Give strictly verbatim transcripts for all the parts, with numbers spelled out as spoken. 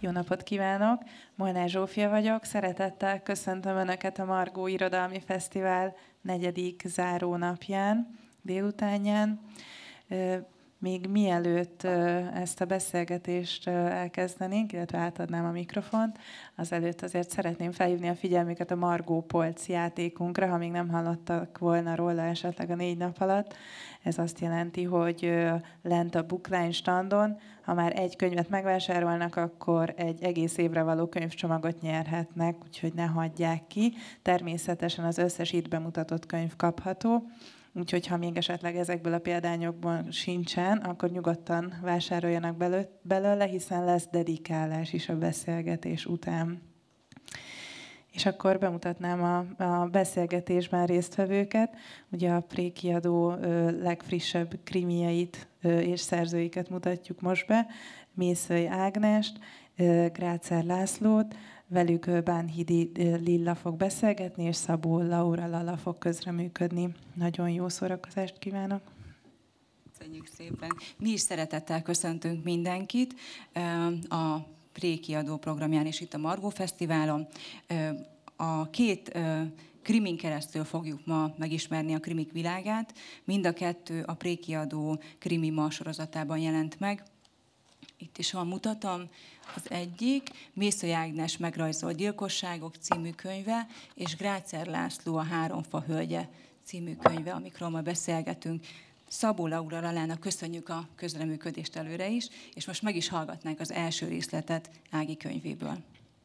Jó napot kívánok! Molnár Zsófia vagyok. Szeretettel köszöntöm Önöket a Margó Irodalmi Fesztivál negyedik zárónapján, délutánján. Még mielőtt ezt a beszélgetést elkezdenénk, illetve átadnám a mikrofont, azelőtt azért szeretném felhívni a figyelmüket a Margó Polc játékunkra, ha még nem hallottak volna róla esetleg a négy nap alatt. Ez azt jelenti, hogy lent a Bookline standon, ha már egy könyvet megvásárolnak, akkor egy egész évre való könyvcsomagot nyerhetnek, úgyhogy ne hagyják ki. Természetesen az összes itt bemutatott könyv kapható. Úgyhogy ha még esetleg ezekből a példányokból sincsen, akkor nyugodtan vásároljanak belőle, hiszen lesz dedikálás is a beszélgetés után. És akkor bemutatnám a, a beszélgetésben résztvevőket. Ugye a Prékiadó legfrissebb krimieit és szerzőiket mutatjuk most be. Mészöly Ágnest, Grácer Lászlót, velük Bánhidi Lilla fog beszélgetni, és Szabó Laura Lala fog közreműködni. Nagyon jó szórakozást kívánok! Köszönjük szépen! Mi is szeretettel köszöntünk mindenkit a Prékiadó programján és itt a Margó Fesztiválon. A két krimin keresztül fogjuk ma megismerni a krimik világát. Mind a kettő a Prékiadó krimi ma sorozatában jelent meg. Itt is van, mutatom. Az egyik Mészöly Ágnes Megrajzolt gyilkosságok című könyve, és Grácer László A Háromfa hölgye című könyve, amikről ma beszélgetünk. Szabó Laura Lalának köszönjük a közreműködést előre is, és most meg is hallgatnánk az első részletet Ági könyvéből.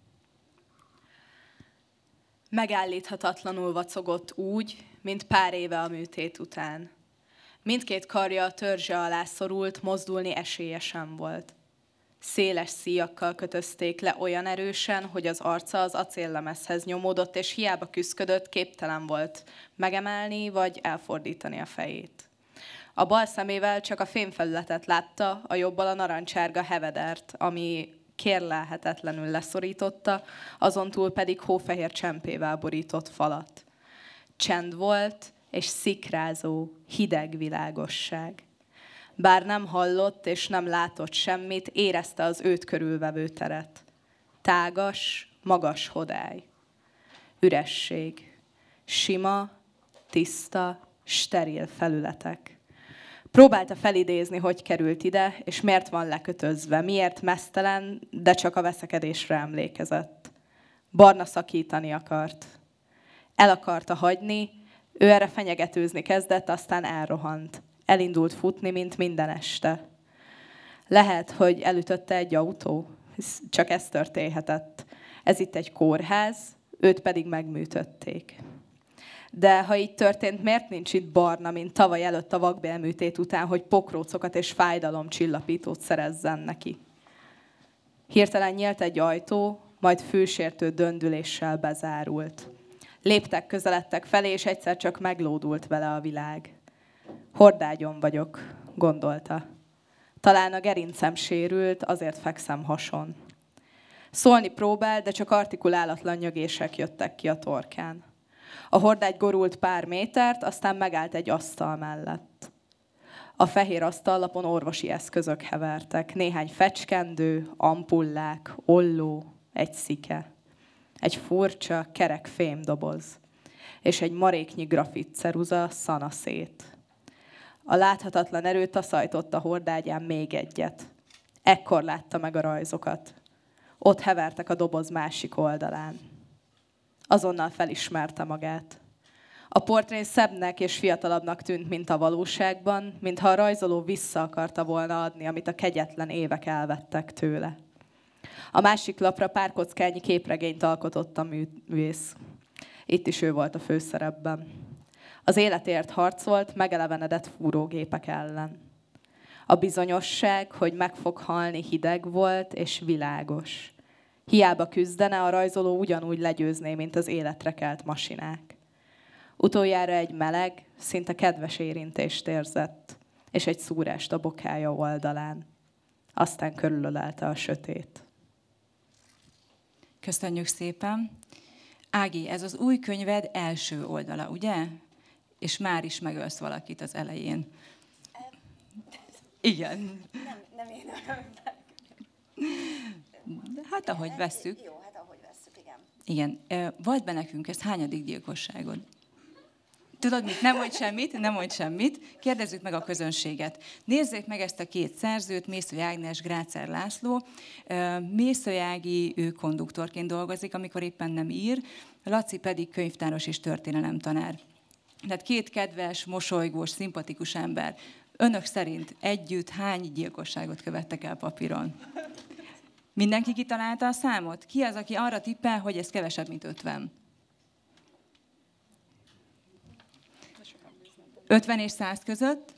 Megállíthatatlanul vacogott úgy, mint pár éve a műtét után. Mindkét karja a törzse alá szorult, mozdulni esélye sem volt. Széles szíjakkal kötözték le olyan erősen, hogy az arca az acéllemezhez nyomódott, és hiába küszködött, képtelen volt megemelni vagy elfordítani a fejét. A bal szemével csak a fémfelületet látta, a jobbal a narancsárga hevedert, ami kérlelhetetlenül leszorította, azon túl pedig hófehér csempével borított falat. Csend volt, és szikrázó, hideg világosság. Bár nem hallott és nem látott semmit, érezte az őt körülvevő teret. Tágas, magas hodály. Üresség. Sima, tiszta, steril felületek. Próbálta felidézni, hogy került ide, és miért van lekötözve, miért meztelen, de csak a veszekedésre emlékezett. Barna szakítani akart. El akarta hagyni, ő erre fenyegetőzni kezdett, aztán elrohant. Elindult futni, mint minden este. Lehet, hogy elütötte egy autó, csak ez történhetett. Ez itt egy kórház, őt pedig megműtötték. De ha így történt, miért nincs itt Barna, mint tavaly előtt a vakbélműtét után, hogy pokrócokat és fájdalomcsillapítót szerezzen neki? Hirtelen nyílt egy ajtó, majd fülsértő döndüléssel bezárult. Léptek, közeledtek felé, és egyszer csak meglódult vele a világ. Hordágyon vagyok, gondolta. Talán a gerincem sérült, azért fekszem hason. Szólni próbált, de csak artikulálatlan nyögések jöttek ki a torkán. A hordágy gorult pár métert, aztán megállt egy asztal mellett. A fehér asztallapon orvosi eszközök hevertek. Néhány fecskendő, ampullák, olló, egy szike. Egy furcsa, kerek fémdoboz. És egy maréknyi grafitceruza szanaszét. A láthatatlan erő taszajtott a hordágyán még egyet. Ekkor látta meg a rajzokat. Ott hevertek a doboz másik oldalán. Azonnal felismerte magát. A portré szebbnek és fiatalabbnak tűnt, mint a valóságban, mintha a rajzoló vissza akarta volna adni, amit a kegyetlen évek elvettek tőle. A másik lapra pár kockányi képregényt alkotott a művész. Itt is ő volt a főszerepben. Az életért harcolt, megelevenedett fúrógépek ellen. A bizonyosság, hogy meg fog halni, hideg volt és világos. Hiába küzdene, a rajzoló ugyanúgy legyőzné, mint az életre kelt masinák. Utoljára egy meleg, szinte kedves érintést érzett, és egy szúrást a bokája oldalán. Aztán körülölelte a sötét. Köszönjük szépen! Ági, ez az új könyved első oldala, ugye? És már is megölsz valakit az elején. Igen. Nem, nem én ölöm. Hát ahogy vesszük. Jó, hát ahogy vesszük, igen. Igen. Vald be nekünk, ez hányadik gyilkosságod? Tudod mit? Nem mondj semmit, nem mondj semmit. Kérdezzük meg a közönséget. Nézzék meg ezt a két szerzőt, Mészöly Ágnes, Grácer László. Mészöly Ági, ő konduktorként dolgozik, amikor éppen nem ír, Laci pedig könyvtáros és történelemtanár. Tehát két kedves, mosolygós, szimpatikus ember. Önök szerint együtt hány gyilkosságot követtek el papíron? Mindenki kitalálta a számot? Ki az, aki arra tippel, hogy ez kevesebb, mint ötven? ötven és száz között?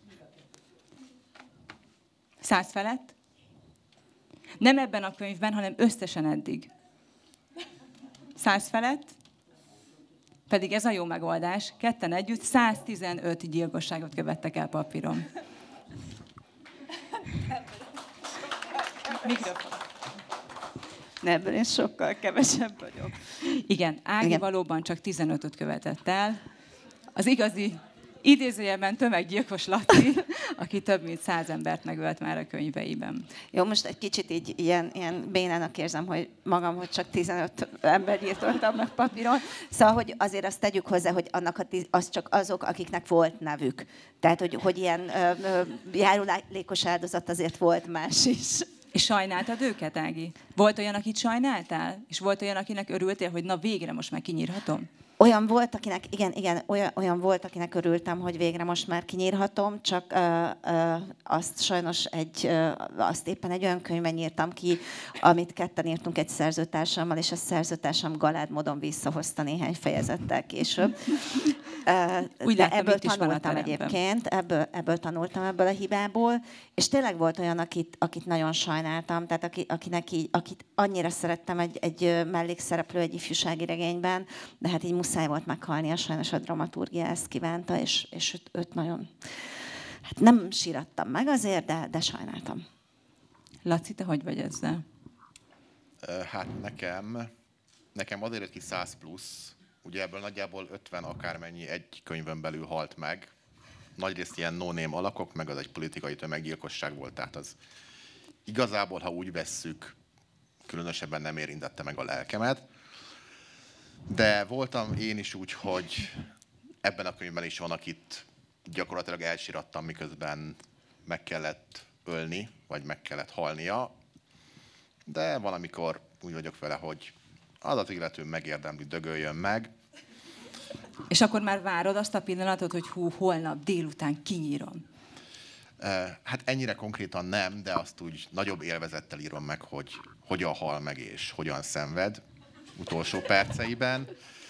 száz felett? Nem ebben a könyvben, hanem összesen eddig. száz felett? Pedig ez a jó megoldás. Ketten együtt száztizenöt gyilkosságot követtek el papíron. Mikrofon. Ebből én sokkal kevesebb vagyok. Igen, Ági Igen. valóban csak tizenötöt követett el. Az igazi idézőjelben tömeggyilkos Laci, aki több mint száz embert megölt már a könyveiben. Jó, most egy kicsit így ilyen, ilyen bénának érzem, hogy magam, hogy csak tizenöt ember gyilkoltam meg papíron. Szóval, hogy azért azt tegyük hozzá, hogy annak a tiz, az csak azok, akiknek volt nevük. Tehát, hogy, hogy ilyen ö, ö, járulékos áldozat azért volt más is. És sajnáltad őket, Ági? Volt olyan, akit sajnáltál? És volt olyan, akinek örültél, hogy na végre most már kinyírhatom? Olyan volt, akinek, igen, igen, olyan, olyan volt, akinek örültem, hogy végre most már kinyírhatom, csak ö, ö, azt sajnos egy, ö, azt éppen egy olyan könyvben nyírtam ki, amit ketten írtunk egy szerzőtársammal, és a szerzőtársam galád módon visszahozta néhány fejezettel később. Ö, Úgy de láttam, ebből itt is van a tanultam teremben. egyébként, ebből, ebből tanultam ebből a hibából, és tényleg volt olyan, akit, akit nagyon sajnáltam, tehát aki, akinek így, akit annyira szerettem egy, egy ö, mellékszereplő egy ifjúsági regényben, de hát így muszáj volt meghalnia, sajnos a dramaturgia ezt kívánta, és, és őt, őt nagyon... Hát nem sírattam meg azért, de, de sajnáltam. Laci, te hogy vagy ezzel? Hát nekem, nekem azért jött ki száz plusz, ugye ebből nagyjából ötven akármennyi egy könyvön belül halt meg. Nagyrészt ilyen no-name alakok, meg az egy politikai tömeggyilkosság volt, tehát az igazából, ha úgy vesszük, különösebben nem érintette meg a lelkemet. De voltam én is úgy, hogy ebben a könyvben is van, akit gyakorlatilag elsirattam, miközben meg kellett ölni, vagy meg kellett halnia. De valamikor úgy vagyok vele, hogy az az illető megérdemli, dögöljön meg. És akkor már várod azt a pillanatot, hogy hú, holnap délután kinyírom. Hát ennyire konkrétan nem, de azt úgy nagyobb élvezettel írom meg, hogy hogyan hal meg és hogyan szenved utolsó perceiben.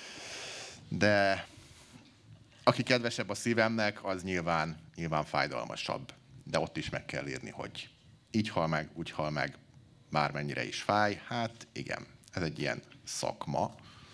De aki kedvesebb a szívemnek, az nyilván, nyilván fájdalmasabb. De ott is meg kell írni, hogy így hal meg, úgy hal meg, bármennyire is fáj. Hát igen, ez egy ilyen szakma.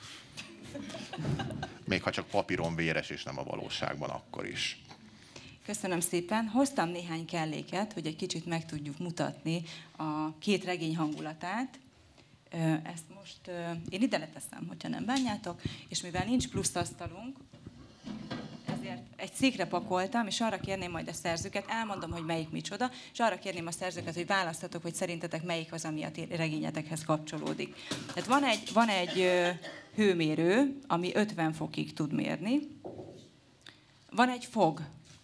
Még ha csak papíron véres, és nem a valóságban, akkor is. Köszönöm szépen. Hoztam néhány kelléket, hogy egy kicsit meg tudjuk mutatni a két regény hangulatát. Ezt most én ide leteszem, hogyha nem bánjátok, és mivel nincs plusz asztalunk, ezért egy székre pakoltam, és arra kérném majd a szerzőket, elmondom, hogy melyik micsoda, és arra kérném a szerzőket, hogy választatok, hogy szerintetek melyik az, ami a regényetekhez kapcsolódik. Tehát van egy, van egy hőmérő, ami ötven fokig tud mérni. Van egy fog,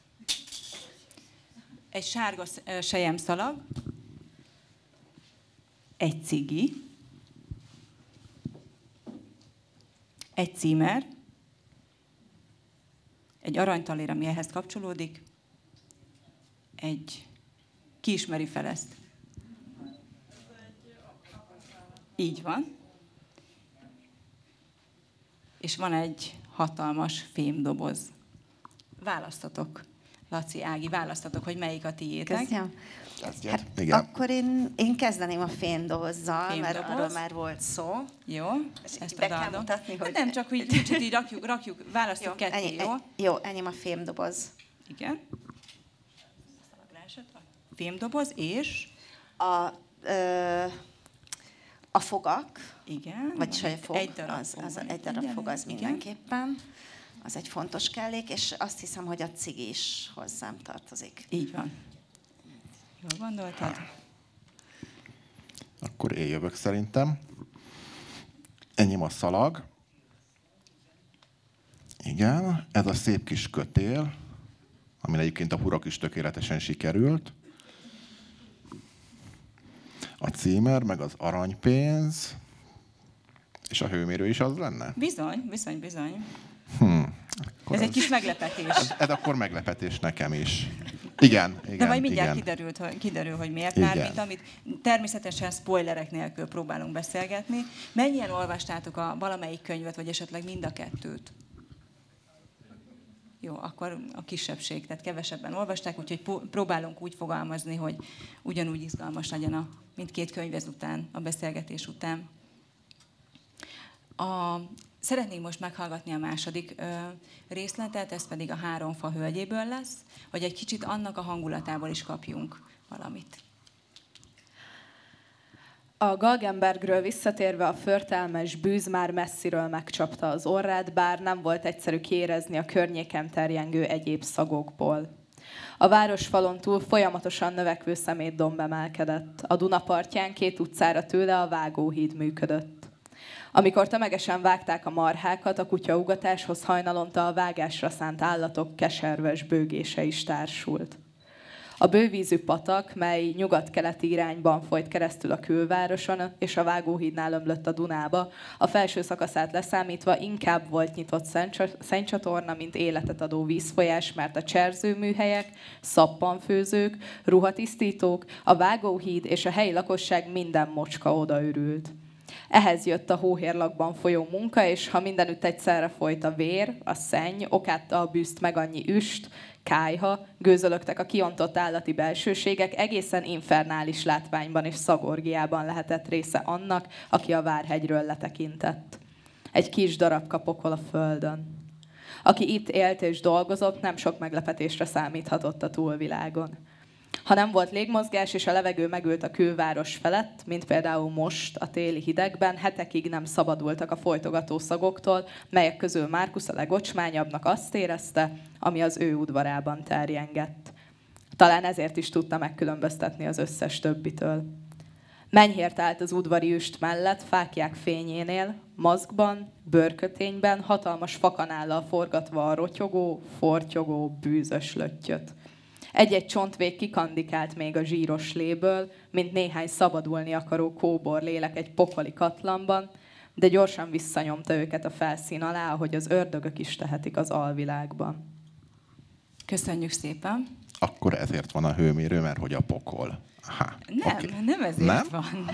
egy sárga selyemszalag, egy cigi, egy címer, egy aranytalér, ami ehhez kapcsolódik, egy... Ki ismeri fel ezt? Így van. És van egy hatalmas fémdoboz. Választatok. Laci, Ági, választatok, hogy melyik a tiétek. Kezdjem? Kezdjed. Hát Igen. akkor én, én kezdeném a fémdobozzal, mert Fémdoboz. arról már volt szó. Jó, És ezt be kell odaadom. mutatni, hogy- Hát nem, csak hogy kicsit így rakjuk, rakjuk választok ketté, ennyi, jó? ennyi, jó, enyém a fémdoboz. Igen. Fémdoboz, és... A, ö, a fogak, Igen. vagyis hogy a fog, egy darab az, fog az van egy itt, darab igen, fog az igen. mindenképpen. Az egy fontos kellék, és azt hiszem, hogy a cigi is hozzám tartozik. Így van. Jól gondoltad? akkor én jövök szerintem. Enyém a szalag. Igen, ez a szép kis kötél, amin egyébként a hurak is tökéletesen sikerült. A címer, meg az aranypénz, és a hőmérő is az lenne? Bizony, bizony, bizony. Hmm, ez egy kis meglepetés. Ez, ez akkor meglepetés nekem is. Igen, igen. De majd mindjárt igen. kiderült, hogy, kiderül, hogy miért. Igen. Mármint, amit természetesen spoilerek nélkül próbálunk beszélgetni. Mennyien olvastátok a valamelyik könyvet, vagy esetleg mind a kettőt? Jó, akkor a kisebbség, tehát kevesebben olvasták, úgyhogy próbálunk úgy fogalmazni, hogy ugyanúgy izgalmas legyen a mindkét könyv ezután, a beszélgetés után. A, szeretnénk most meghallgatni a második ö, részletet, ez pedig a Három fa hölgyéből lesz, hogy egy kicsit annak a hangulatából is kapjunk valamit. A Galgenbergről visszatérve a förtelmes bűz már messziről megcsapta az orrát, bár nem volt egyszerű kiérezni a környéken terjengő egyéb szagokból. A városfalon túl folyamatosan növekvő szemétdomb emelkedett. A Duna partján két utcára tőle a vágóhíd működött. Amikor tömegesen vágták a marhákat, a kutyaugatáshoz hajnalonta a vágásra szánt állatok keserves bőgése is társult. A bővízű patak, mely nyugat-keleti irányban folyt keresztül a külvároson, és a vágóhídnál ömlött a Dunába, a felső szakaszát leszámítva inkább volt nyitott szennycsatorna, mint életet adó vízfolyás, mert a cserzőműhelyek, szappanfőzők, ruhatisztítók, a vágóhíd és a helyi lakosság minden mocska odaürült. Ehhez jött a hóhérlakban folyó munka, és ha mindenütt egyszerre folyt a vér, a szenny, okátta a bűzt meg annyi üst, kályha, gőzölögtek a kiontott állati belsőségek, egészen infernális látványban és szagorgiában lehetett része annak, aki a Várhegyről letekintett. Egy kis darabka pokol a földön. Aki itt élt és dolgozott, nem sok meglepetésre számíthatott a túlvilágon. Ha nem volt légmozgás és a levegő megült a külváros felett, mint például most a téli hidegben, hetekig nem szabadultak a folytogató szagoktól, melyek közül Márkusz a legocsmányabbnak azt érezte, ami az ő udvarában terjengett. Talán ezért is tudta megkülönböztetni az összes többitől. Menyhért állt az udvari üst mellett, fáklyák fényénél, maszkban, bőrkötényben, hatalmas fakanállal forgatva a rotyogó, fortyogó, bűzös löttyöt. Egy-egy csontvég kikandikált még a zsíros léből, mint néhány szabadulni akaró kóbor lélek egy pokoli katlanban, de gyorsan visszanyomta őket a felszín alá, ahogy az ördögök is tehetik az alvilágban. Köszönjük szépen! Akkor ezért van a hőmérő, mert hogy a pokol. Aha, nem, okay. nem ezért nem? van.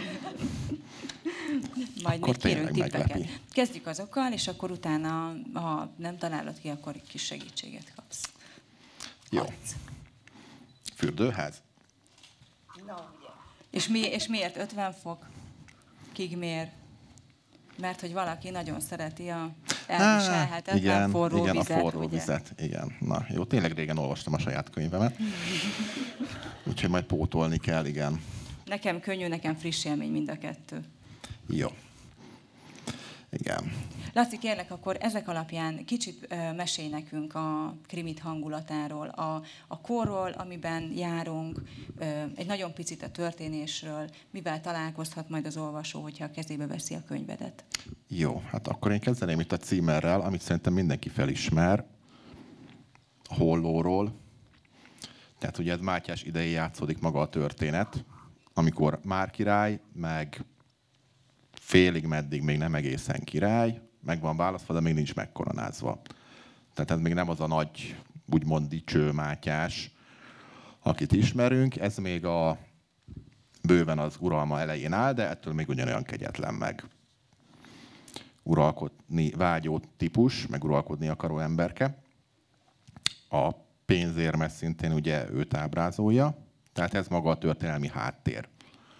Majd akkor még kérünk tippeket. Meglepi. Kezdjük azokkal, és akkor utána, ha nem találod ki, akkor kis segítséget kapsz. Jó. Harc. Fürdőház? No, yeah. és, mi, és miért ötven fok? Kigmér? Mert hogy valaki nagyon szereti a elviselhetetlen igen, forró igen, vizet. a forró ugye? vizet, igen. Na, jó, tényleg régen olvastam a saját könyvemet. Úgyhogy majd pótolni kell, igen. Nekem könnyű, nekem friss élmény mind a kettő. Jó. Igen. Laci, kérlek, akkor ezek alapján kicsit uh, mesélj nekünk a krimit hangulatáról, a, a korról, amiben járunk, uh, egy nagyon picit a történésről, mivel találkozhat majd az olvasó, hogyha a kezébe veszi a könyvedet. Jó, hát akkor én kezdeném itt a címerrel, amit szerintem mindenki felismer, a Hollóról. Tehát ugye ez Mátyás idején játszódik maga a történet, amikor Már király, meg félig meddig még nem egészen király, meg van választva, de még nincs megkoronázva. Tehát ez még nem az a nagy, úgymond dicső Mátyás, akit ismerünk. Ez még a bőven az uralma elején áll, de ettől még ugyanolyan kegyetlen meg. Uralkodni vágyó típus, meg uralkodni akaró emberke. A pénzérmes szintén ugye őt ábrázolja, tehát ez maga a történelmi háttér.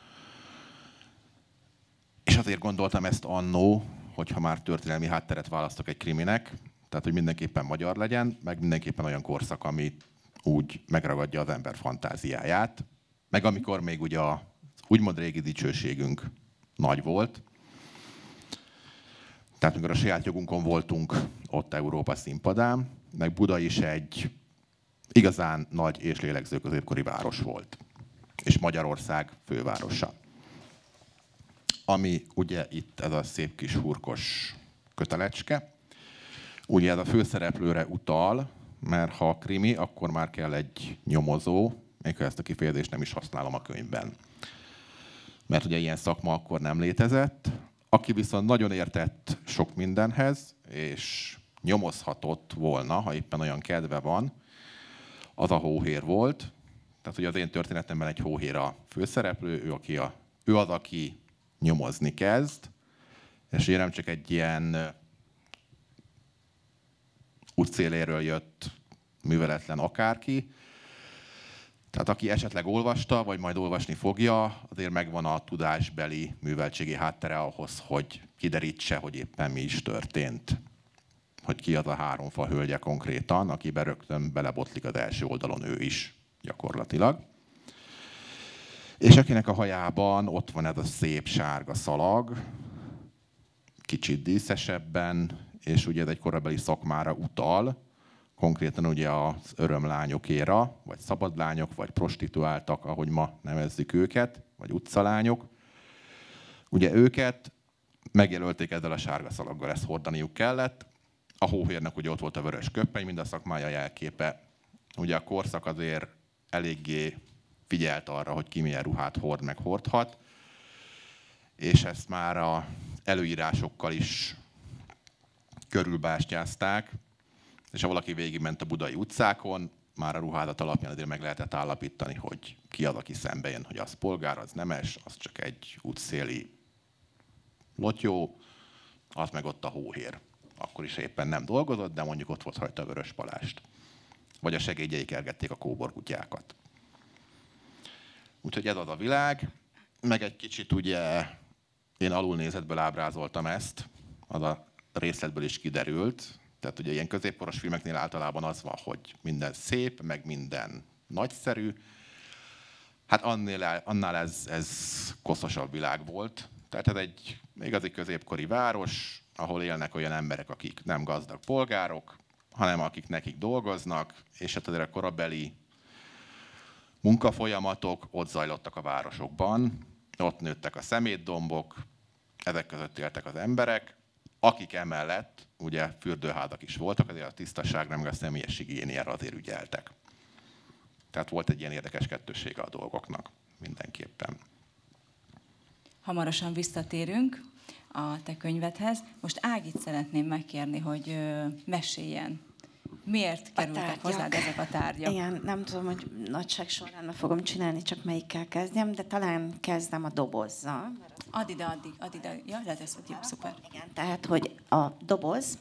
És azért gondoltam ezt annó, hogyha már történelmi hátteret választok egy kriminek, tehát hogy mindenképpen magyar legyen, meg mindenképpen olyan korszak, ami úgy megragadja az ember fantáziáját, meg amikor még ugye az úgymond régi dicsőségünk nagy volt. Tehát amikor a saját jogunkon voltunk ott Európa színpadán, meg Buda is egy igazán nagy és lélegző középkori város volt. És Magyarország fővárosa. ami ugye itt ez a szép kis hurkos kötelecske. Ugye ez a főszereplőre utal, mert ha krimi, akkor már kell egy nyomozó, még ezt a kifejezést nem is használom a könyvben. Mert ugye ilyen szakma akkor nem létezett. Aki viszont nagyon értett sok mindenhez, és nyomozhatott volna, ha éppen olyan kedve van, az a hóhér volt. Tehát ugye az én történetemben egy hóhér a főszereplő, ő, aki a, ő az, aki nyomozni kezd, és ugye nem csak egy ilyen útszéléről jött műveletlen akárki, tehát aki esetleg olvasta, vagy majd olvasni fogja, azért megvan a tudásbeli műveltségi háttere ahhoz, hogy kiderítse, hogy éppen mi is történt. Hogy ki az a három fa hölgye konkrétan, akiben rögtön belebotlik az első oldalon ő is gyakorlatilag. És akinek a hajában ott van ez a szép sárga szalag, kicsit díszesebben, és ugye ez egy korabeli szakmára utal, konkrétan ugye az örömlányokéra, vagy szabadlányok, vagy prostituáltak, ahogy ma nevezzük őket, vagy utcalányok. Ugye őket megjelölték ezzel a sárga szalaggal, ezt hordaniuk kellett. A hóhérnek ugye ott volt a vörös köppeny, mind a szakmája jelképe. Ugye a korszak azért eléggé figyelt arra, hogy ki milyen ruhát hord, meg hordhat, és ezt már az előírásokkal is körülbástyázták, és ha valaki végigment a budai utcákon, már a ruházat alapján azért meg lehetett állapítani, hogy ki az, aki szembe jön, hogy az polgár, az nemes, az csak egy útszéli lotyó, az meg ott a hóhér. Akkor is éppen nem dolgozott, de mondjuk ott volt rajta a vörös palást. Vagy a segédjei kergették a kóborkutyákat. Úgyhogy ez az a világ. Meg egy kicsit ugye én alulnézetből ábrázoltam ezt, az a részletből is kiderült. Tehát ugye ilyen középkoros filmeknél általában az van, hogy minden szép, meg minden nagyszerű. Hát annál, annál ez, ez koszosabb világ volt. Tehát ez egy igazi középkori város, ahol élnek olyan emberek, akik nem gazdag polgárok, hanem akik nekik dolgoznak, és hát azért a korabeli munkafolyamatok ott zajlottak a városokban, ott nőttek a szemétdombok, ezek között éltek az emberek, akik emellett, ugye fürdőházak is voltak, azért a tisztaságra, meg a személyes higiéniára azért ügyeltek. Tehát volt egy ilyen érdekes kettőssége a dolgoknak mindenképpen. Hamarosan visszatérünk a te könyvedhez. Most Ágit szeretném megkérni, hogy ö, meséljen. Miért kerültek hozzád ezek a tárgyak? Igen, nem tudom, hogy nagyságsorrendben fogom csinálni, csak melyikkel kezdjem, de talán kezdem a dobozzal. Add ide, addig, add ide. Ja, leteszed, jó, szuper. Igen, tehát, hogy a doboz.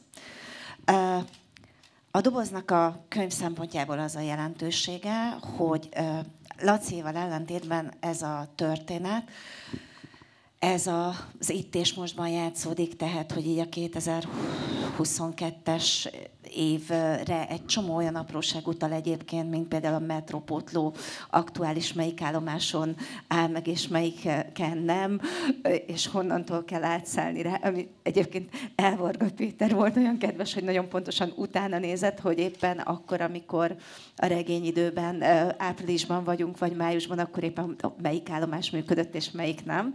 A doboznak a könyv szempontjából az a jelentősége, hogy Lacival ellentétben ez a történet, ez a, az itt és mostban játszódik, tehát, hogy így a kétezer-huszonkettes évre egy csomó olyan apróság utal egyébként, mint például a metrópótló aktuális melyik állomáson áll meg, és melyiken nem, és honnantól kell átszállni rá. Ami egyébként Elvarga Péter volt olyan kedves, hogy nagyon pontosan utána nézett, hogy éppen akkor, amikor a regényidőben áprilisban vagyunk, vagy májusban, akkor éppen melyik állomás működött, és melyik nem.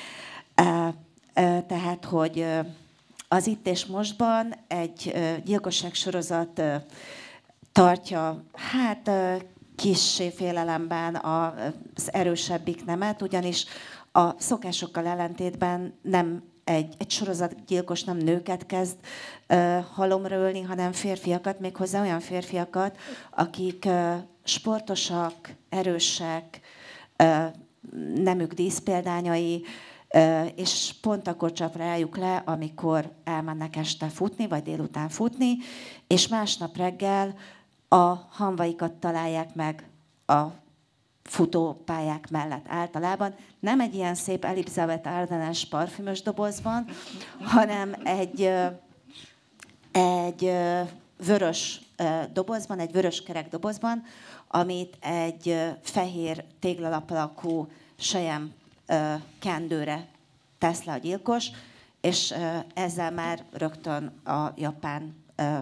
Tehát, hogy az itt és mostban egy gyilkosságsorozat tartja, hát kissé félelemben az erősebbik nemet, ugyanis a szokásokkal ellentétben nem egy, egy sorozatgyilkos nem nőket kezd halomra ölni, hanem férfiakat, méghozzá olyan férfiakat, akik sportosak, erősek, nemük díszpéldányai, és pont akkor csap rájuk le, amikor elmennek este futni, vagy délután futni, és másnap reggel a hamvaikat találják meg a futópályák mellett általában. Nem egy ilyen szép Elizabeth Ardenes parfümös dobozban, hanem egy, egy vörös dobozban, egy vörös kerek dobozban, amit egy fehér téglalap alakú sejem kendőre tesz le a gyilkos, és ezzel már rögtön a japán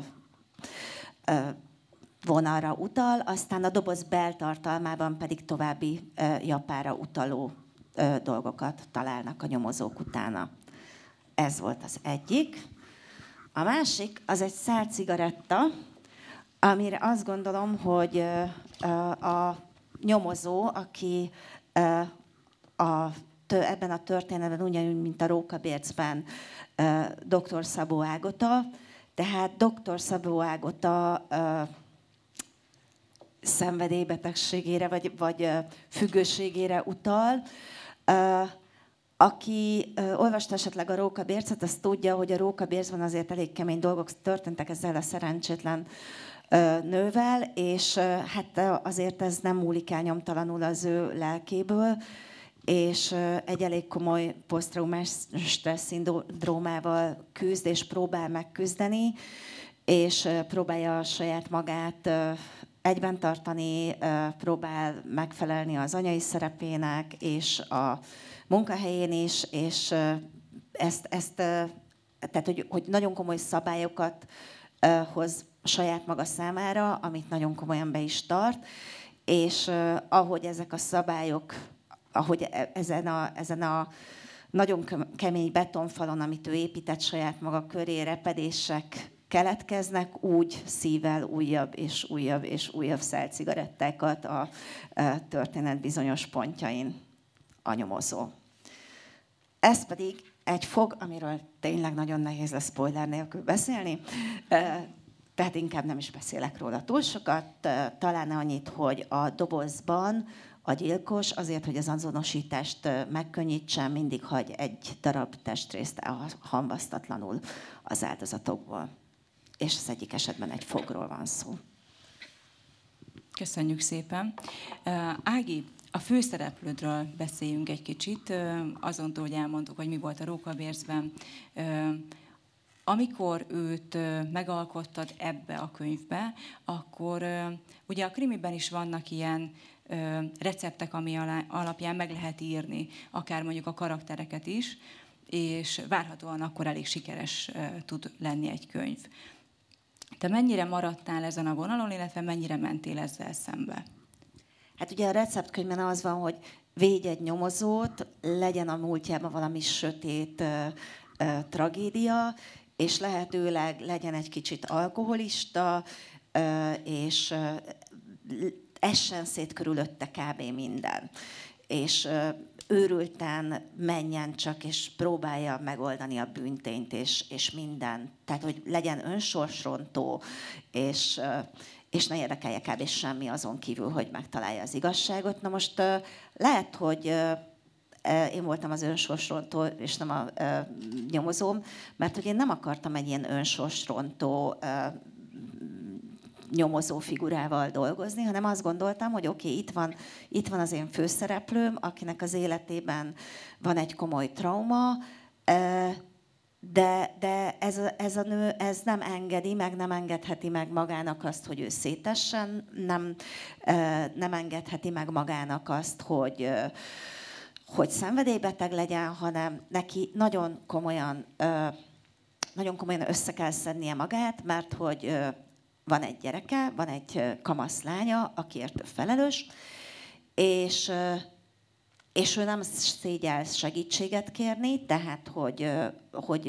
vonalra utal, aztán a doboz beltartalmában pedig további japánra utaló ö, dolgokat találnak a nyomozók utána. Ez volt az egyik. A másik, az egy szál cigaretta, amire azt gondolom, hogy ö, ö, a nyomozó, aki ö, a, tő, ebben a történetben ugyanúgy, mint a Rókabércben dr. Szabó Ágota, tehát dr. Szabó Ágota ö, szenvedélybetegségére vagy, vagy ö, függőségére utal. Ö, aki ö, olvasta esetleg a Rókabércet, az tudja, hogy a Rókabércben azért elég kemény dolgok történtek ezzel a szerencsétlen ö, nővel, és ö, hát azért ez nem múlik el nyomtalanul az ő lelkéből, és egy elég komoly posztraumás stressz szindrómával küzd, és próbál megküzdeni, és próbálja a saját magát egyben tartani, próbál megfelelni az anyai szerepének, és a munkahelyén is, és ezt, ezt tehát, hogy, hogy nagyon komoly szabályokat hoz saját maga számára, amit nagyon komolyan be is tart, és ahogy ezek a szabályok, ahogy ezen a, ezen a nagyon kemény betonfalon, amit ő épített saját maga köré, repedések keletkeznek, úgy szível újabb és újabb és újabb szálcigarettákat a történet bizonyos pontjain a nyomozó. Ez pedig egy fog, amiről tényleg nagyon nehéz lesz spoiler nélkül beszélni, tehát inkább nem is beszélek róla túl sokat, talán annyit, hogy a dobozban a gyilkos azért, hogy az azonosítást megkönnyítsen, mindig hagy egy darab testrészt hamvasztatlanul az áldozatokból. És az egyik esetben egy fogról van szó. Köszönjük szépen. Ági, a főszereplődről beszéljünk egy kicsit, azon túl, hogy elmondtuk, hogy mi volt a Rókabércben. Amikor őt megalkottad ebbe a könyvbe, akkor ugye a krimiben is vannak ilyen receptek, ami alapján meg lehet írni, akár mondjuk a karaktereket is, és várhatóan akkor elég sikeres tud lenni egy könyv. Te mennyire maradtál ezen a vonalon, illetve mennyire mentél ezzel szembe? Hát ugye a receptkönyvben az van, hogy védj egy nyomozót, legyen a múltjában valami sötét ö, ö, tragédia, és lehetőleg legyen egy kicsit alkoholista, ö, és ö, essen szét körülötte kb. Minden. És ö, őrülten menjen csak, és próbálja megoldani a bűntényt, és, és minden. Tehát, hogy legyen önsorsrontó, és, és ne érdekelje kb. Semmi azon kívül, hogy megtalálja az igazságot. Na most lehet, hogy én voltam az önsorsrontó, és nem a nyomozóm, mert hogy én nem akartam egy ilyen önsorsrontó nyomozó figurával dolgozni, hanem azt gondoltam, hogy oké, okay, itt van, itt van az én főszereplőm, akinek az életében van egy komoly trauma, de, de ez, a, ez a nő ez nem engedi, meg nem engedheti meg magának azt, hogy ő szétessen, nem, nem engedheti meg magának azt, hogy, hogy szenvedélybeteg legyen, hanem neki nagyon komolyan, nagyon komolyan össze kell szednie magát, mert hogy van egy gyereke, van egy kamasz lánya, akiért ő felelős, és, és ő nem szégyel segítséget kérni, tehát, hogy, hogy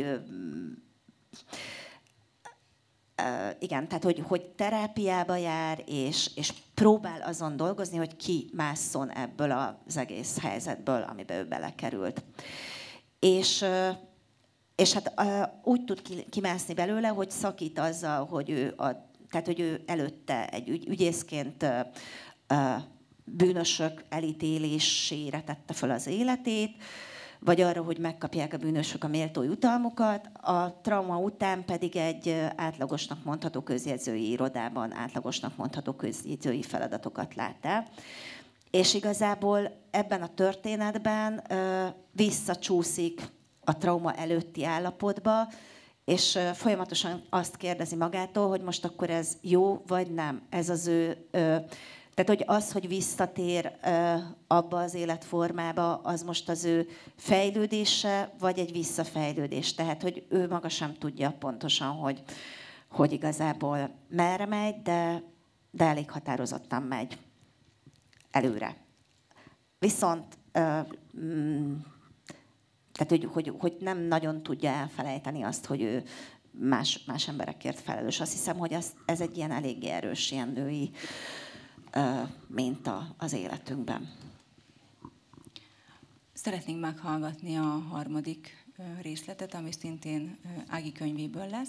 igen, tehát, hogy, hogy terápiába jár, és, és próbál azon dolgozni, hogy ki másszon ebből az egész helyzetből, amiben ő belekerült. És És hát úgy tud kimászni belőle, hogy szakít azzal, hogy ő, a, tehát, hogy ő előtte egy ügy, ügyészként bűnösök elítélésére tette fel az életét, vagy arra, hogy megkapják a bűnösök a méltó jutalmukat, a trauma után pedig egy átlagosnak mondható közjegyzői irodában átlagosnak mondható közjegyzői feladatokat lát el. És igazából ebben a történetben visszacsúszik a trauma előtti állapotba, és folyamatosan azt kérdezi magától, hogy most akkor ez jó, vagy nem. Ez az ő, tehát hogy az, hogy visszatér abba az életformába, az most az ő fejlődése, vagy egy visszafejlődés. Tehát, hogy ő maga sem tudja pontosan, hogy, hogy igazából merre megy, de, de elég határozottan megy előre. Viszont tehát, hogy, hogy, hogy nem nagyon tudja elfelejteni azt, hogy ő más, más emberekért felelős. Azt hiszem, hogy ez, ez egy ilyen eléggé erős ilyen női minta az életünkben. Szeretnénk meghallgatni a harmadik részletet, ami szintén Ági könyvéből lesz.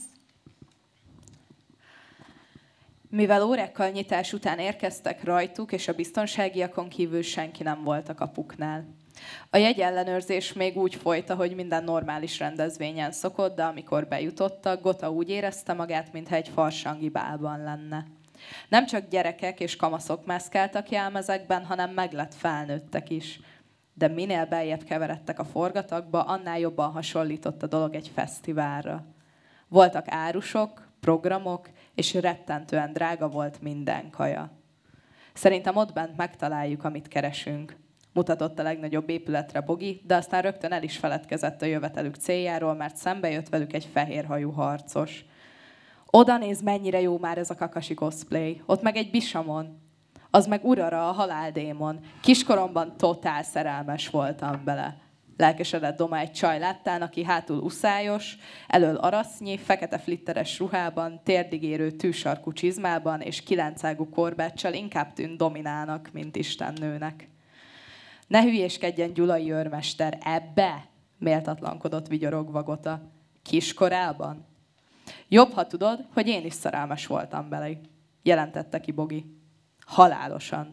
Mivel órákkal nyitás után érkeztek, rajtuk és a biztonságiakon kívül senki nem volt a kapuknál. A jegyellenőrzés még úgy folyt, ahogy minden normális rendezvényen szokott, de amikor bejutottak, Gota úgy érezte magát, mintha egy farsangi bálban lenne. Nem csak gyerekek és kamaszok mászkáltak jelmezekben, hanem meglett felnőttek is. De minél beljebb keveredtek a forgatagba, annál jobban hasonlított a dolog egy fesztiválra. Voltak árusok, programok, és rettentően drága volt minden kaja. Szerintem ott bent megtaláljuk, amit keresünk. Mutatott a legnagyobb épületre Bogi, de aztán rögtön el is feledkezett a jövetelük céljáról, mert szembe jött velük egy fehérhajú harcos. Oda néz, mennyire jó már ez a kakasi cosplay. Ott meg egy bisamon. Az meg Urara, a haláldémon. Kiskoromban totál szerelmes voltam bele. Lelkesedett Doma egy csaj láttán, aki hátul uszályos, elől arasznyi, fekete flitteres ruhában, térdigérő tűsarkú csizmában és kilencágú korbáccsal inkább tűnt dominálnak, mint istennőnek. Ne hülyéskedjen Gyulai őrmester, ebbe? Méltatlankodott vigyorogva Gota. Kiskorában? Jobb, ha tudod, hogy én is szerelmes voltam bele, jelentette ki Bogi. Halálosan.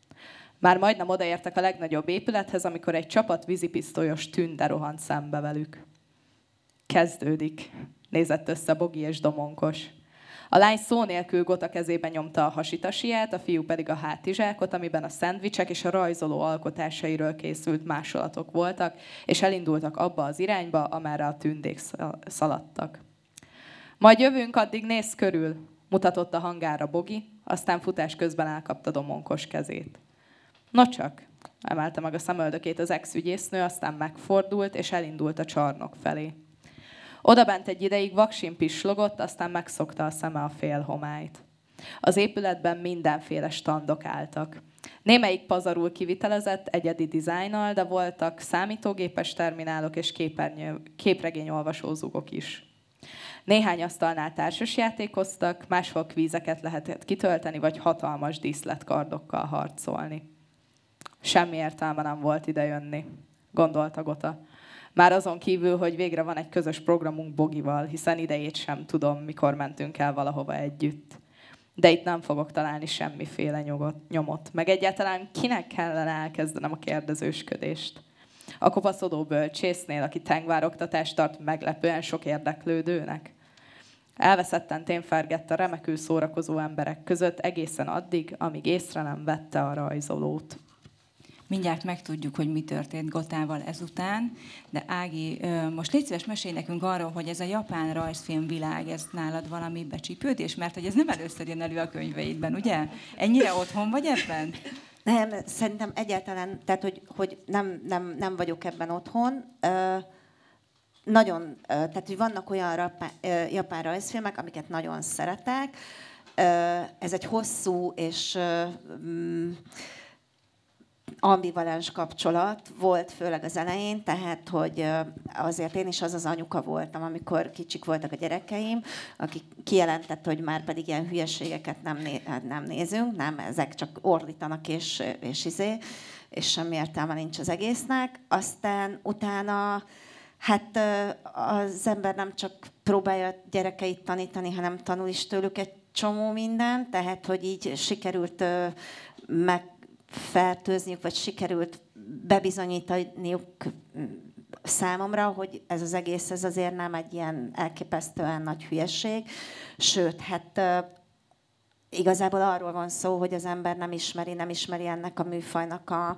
Már majdnem odaértek a legnagyobb épülethez, amikor egy csapat vízipisztolyos tünde rohant szembe velük. Kezdődik, nézett össze Bogi és Domonkos. A lány szó nélkül Gota kezébe nyomta a hasitasiát, a fiú pedig a hátizsákot, amiben a szendvicsek és a rajzoló alkotásairól készült másolatok voltak, és elindultak abba az irányba, amerre a tündék szaladtak. Majd jövünk, addig nézz körül, mutatott a hangárra Bogi, aztán futás közben elkapta Domonkos kezét. Nocsak, emelte meg a szemöldökét az ex-ügyésznő, aztán megfordult, és elindult a csarnok felé. Odabent egy ideig vaksin pislogott, aztán megszokta a szeme a félhomályt. Az épületben mindenféle standok álltak. Némelyik pazarul kivitelezett egyedi dizájnnal, de voltak számítógépes terminálok és képregényolvasózugok is. Néhány asztalnál társasjátékoztak, máshol kvízeket lehetett kitölteni, vagy hatalmas díszletkardokkal harcolni. Semmi értelme nem volt idejönni, gondolta Gota. Már azon kívül, hogy végre van egy közös programunk Bogival, hiszen idejét sem tudom, mikor mentünk el valahova együtt. De itt nem fogok találni semmiféle nyogot, nyomot. Meg egyáltalán kinek kellene elkezdenem a kérdezősködést? A kopaszodó bölcsésznél, aki tengvároktatást tart meglepően sok érdeklődőnek? Elveszetten témfergett a remekül szórakozó emberek között egészen addig, amíg észre nem vette a rajzolót. Mindjárt megtudjuk, hogy mi történt Gotával ezután, de Ági, most légy szíves, mesélj nekünk arról, hogy ez a japán rajzfilmvilág, ez nálad valami becsípődés, mert hogy ez nem először jön elő a könyveidben, ugye? Ennyire otthon vagy ebben? Nem, szerintem egyáltalán, tehát hogy, hogy nem, nem, nem vagyok ebben otthon. Uh, nagyon, uh, tehát hogy vannak olyan rapá, uh, japán rajzfilmek, amiket nagyon szeretek. Uh, ez egy hosszú és uh, um, ambivalens kapcsolat volt, főleg az elején, tehát, hogy azért én is az az anyuka voltam, amikor kicsik voltak a gyerekeim, aki kijelentett, hogy már pedig ilyen hülyeségeket nem, né- nem nézünk, nem, ezek csak ordítanak, és, és izé, és semmi értelme nincs az egésznek. Aztán utána, hát az ember nem csak próbálja a gyerekeit tanítani, hanem tanul is tőlük egy csomó mindent, tehát, hogy így sikerült meg fertőzniük, vagy sikerült bebizonyítaniuk számomra, hogy ez az egész, ez azért nem egy ilyen elképesztően nagy hülyeség. Sőt, hát igazából arról van szó, hogy az ember nem ismeri, nem ismeri ennek a műfajnak a,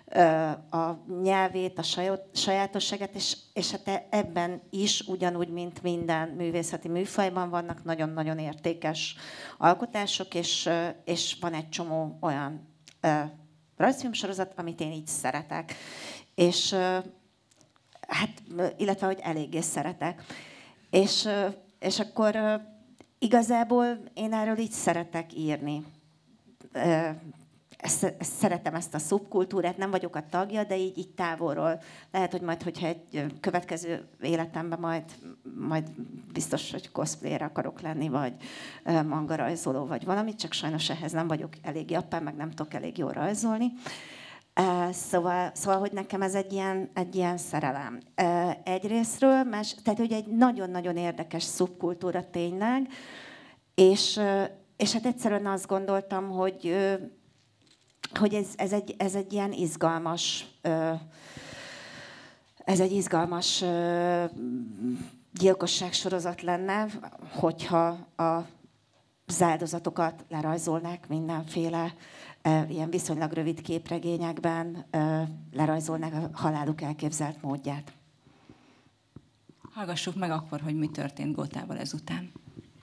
a nyelvét, a sajátosságát, és, és hát ebben is, ugyanúgy, mint minden művészeti műfajban vannak nagyon-nagyon értékes alkotások, és, és van egy csomó olyan rajzfilmsorozat, amit én így szeretek. És hát, illetve, hogy eléggé szeretek. És, és akkor igazából én erről így szeretek írni. ezt, ezt szeretem, ezt a szubkultúrát, nem vagyok a tagja, de így, így távolról. Lehet, hogy majd, hogyha egy következő életemben majd, majd biztos, hogy cosplayer akarok lenni, vagy mangarajzoló, vagy valamit, csak sajnos ehhez nem vagyok elég japán, meg nem tudok elég jól rajzolni. Szóval, szóval, hogy nekem ez egy ilyen, egy ilyen szerelem. Egyrészről, más, tehát hogy egy nagyon-nagyon érdekes szubkultúra tényleg, és, és hát egyszerűen azt gondoltam, hogy, hogy ez, ez, egy, ez egy ilyen izgalmas, ez egy izgalmas gyilkosságsorozat lenne, hogyha a az áldozatokat lerajzolnák mindenféle ilyen viszonylag rövid képregényekben, lerajzolnák a haláluk elképzelt módját. Hallgassuk meg akkor, hogy mi történt Gotával ezután.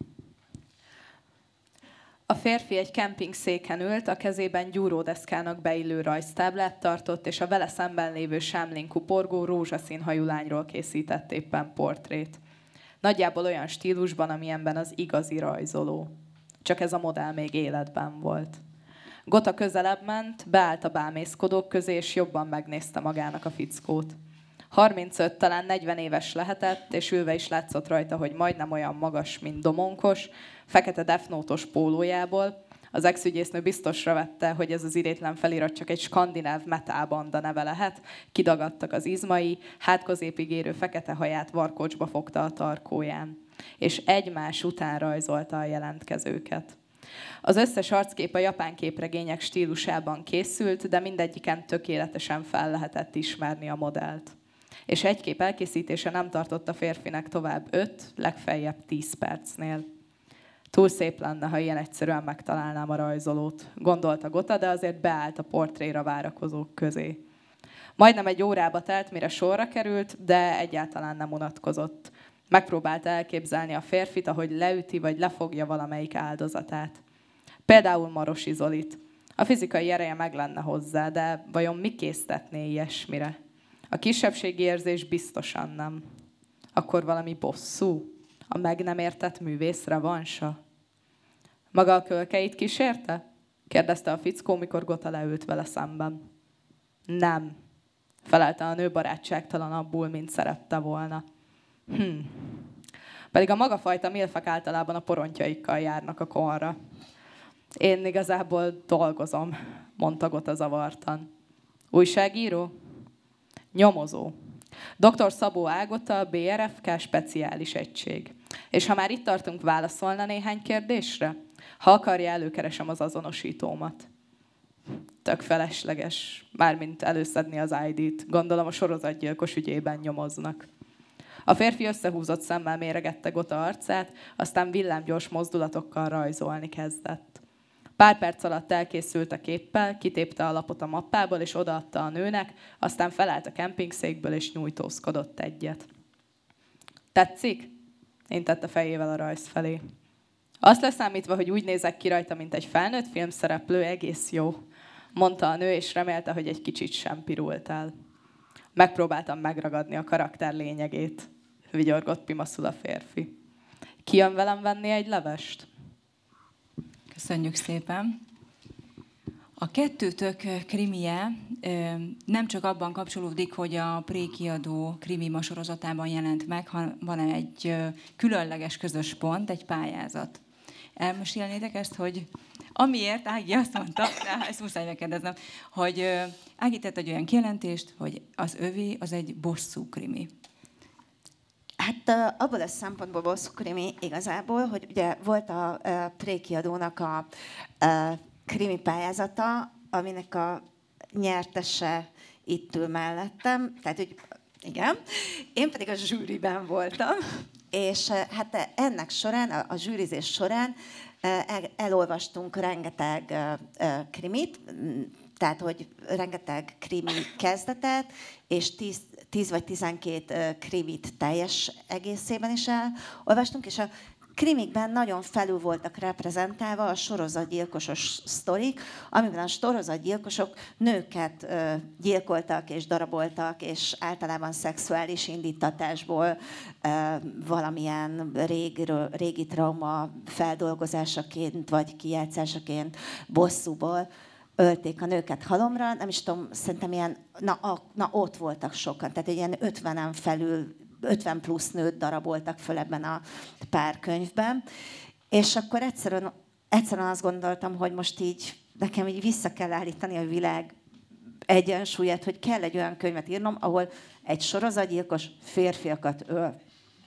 A férfi egy kempingszéken ült, a kezében gyúródeszkának beillő rajztáblát tartott, és a vele szemben lévő sámlin kuporgó rózsaszín hajú lányról készített éppen portrét. Nagyjából olyan stílusban, amilyenben az igazi rajzoló. Csak ez a modell még életben volt. Gota közelebb ment, beállt a bámészkodók közé, és jobban megnézte magának a fickót. harmincöt, talán negyven éves lehetett, és ülve is látszott rajta, hogy majdnem olyan magas, mint Domonkos, fekete Death Note-os pólójából. Az ex-ügyésznő biztosra vette, hogy ez az idétlen felirat csak egy skandináv metálbanda neve lehet. Kidagadtak az izmai, hátközépig érő fekete haját varkocsba fogta a tarkóján, és egymás után rajzolta a jelentkezőket. Az összes arckép a japán képregények stílusában készült, de mindegyiken tökéletesen fel lehetett ismerni a modellt. És egy kép elkészítése nem tartott a férfinek tovább öt, legfeljebb tíz percnél. Túl szép lenne, ha ilyen egyszerűen megtalálnám a rajzolót, gondolta Gota, de azért beállt a portréra várakozók közé. Majdnem egy órába telt, mire sorra került, de egyáltalán nem unatkozott. Megpróbálta elképzelni a férfit, ahogy leüti vagy lefogja valamelyik áldozatát. Például Marosi Zolit. A fizikai ereje meg lenne hozzá, de vajon mi késztetné ilyesmire? A kisebbségi érzés biztosan nem. Akkor valami bosszú? A meg nem értett művész revansa? Maga a kölkeit kísérte? Kérdezte a fickó, mikor Gota leült vele szemben. Nem, felelte a nő barátságtalanabbul, mint szerette volna. Hm. Pedig a maga fajta milfek általában a porontjaikkal járnak a konra. Én igazából dolgozom, mondta Gota zavartan. Újságíró? Nyomozó. doktor Szabó Ágota, bé er ef ká speciális egység. És ha már itt tartunk, válaszolna néhány kérdésre? Ha akarja, előkeresem az azonosítómat. Tök felesleges, mármint előszedni az í dét. Gondolom a sorozatgyilkos ügyében nyomoznak. A férfi összehúzott szemmel méregette Gota arcát, aztán villámgyors mozdulatokkal rajzolni kezdett. Pár perc alatt elkészült a képpel, kitépte a lapot a mappából, és odaadta a nőnek, aztán felállt a kempingszékből, és nyújtózkodott egyet. Tetszik? Intette fejével a rajz felé. Azt leszámítva, hogy úgy nézek ki rajta, mint egy felnőtt filmszereplő, egész jó, mondta a nő, és remélte, hogy egy kicsit sem pirult el. Megpróbáltam megragadni a karakter lényegét, vigyorgott pimaszul a férfi. Ki jön velem venni egy levest? Köszönjük szépen. A kettőtök krimije nem csak abban kapcsolódik, hogy a Pré-kiadó krimi ma sorozatában jelent meg, hanem egy különleges közös pont, egy pályázat. Elmesélnétek ezt, hogy amiért Ági azt mondta, de ezt muszáj megkérdeznem, hogy Ági tett egy olyan kijelentést, hogy az övé az egy bosszú krimi. Hát abból a szempontból bosszú krimi igazából, hogy ugye volt a, a Pré-kiadónak a, a krimi pályázata, aminek a nyertese itt ül mellettem, tehát hogy igen, én pedig a zsűriben voltam, és hát ennek során, a, a zsűrizés során el, elolvastunk rengeteg krimit, tehát hogy rengeteg krimi kezdetet, és tíz, tíz vagy tizenkét krimit teljes egészében is elolvastunk, és a krimikben nagyon felül voltak reprezentálva a sorozatgyilkosos sztorik, amiben a sorozatgyilkosok nőket ö, gyilkoltak és daraboltak, és általában szexuális indítatásból ö, valamilyen régiről, régi trauma feldolgozásaként vagy kijátszásaként, bosszúból ölték a nőket halomra, nem is tudom, szerintem ilyen, na, a, na ott voltak sokan, tehát ilyen ötvenen felül, ötven plusz nőt daraboltak föl ebben a pár könyvben. És akkor egyszerűen, egyszerűen azt gondoltam, hogy most így nekem így vissza kell állítani a világ egyensúlyát, hogy kell egy olyan könyvet írnom, ahol egy sorozatgyilkos férfiakat öl.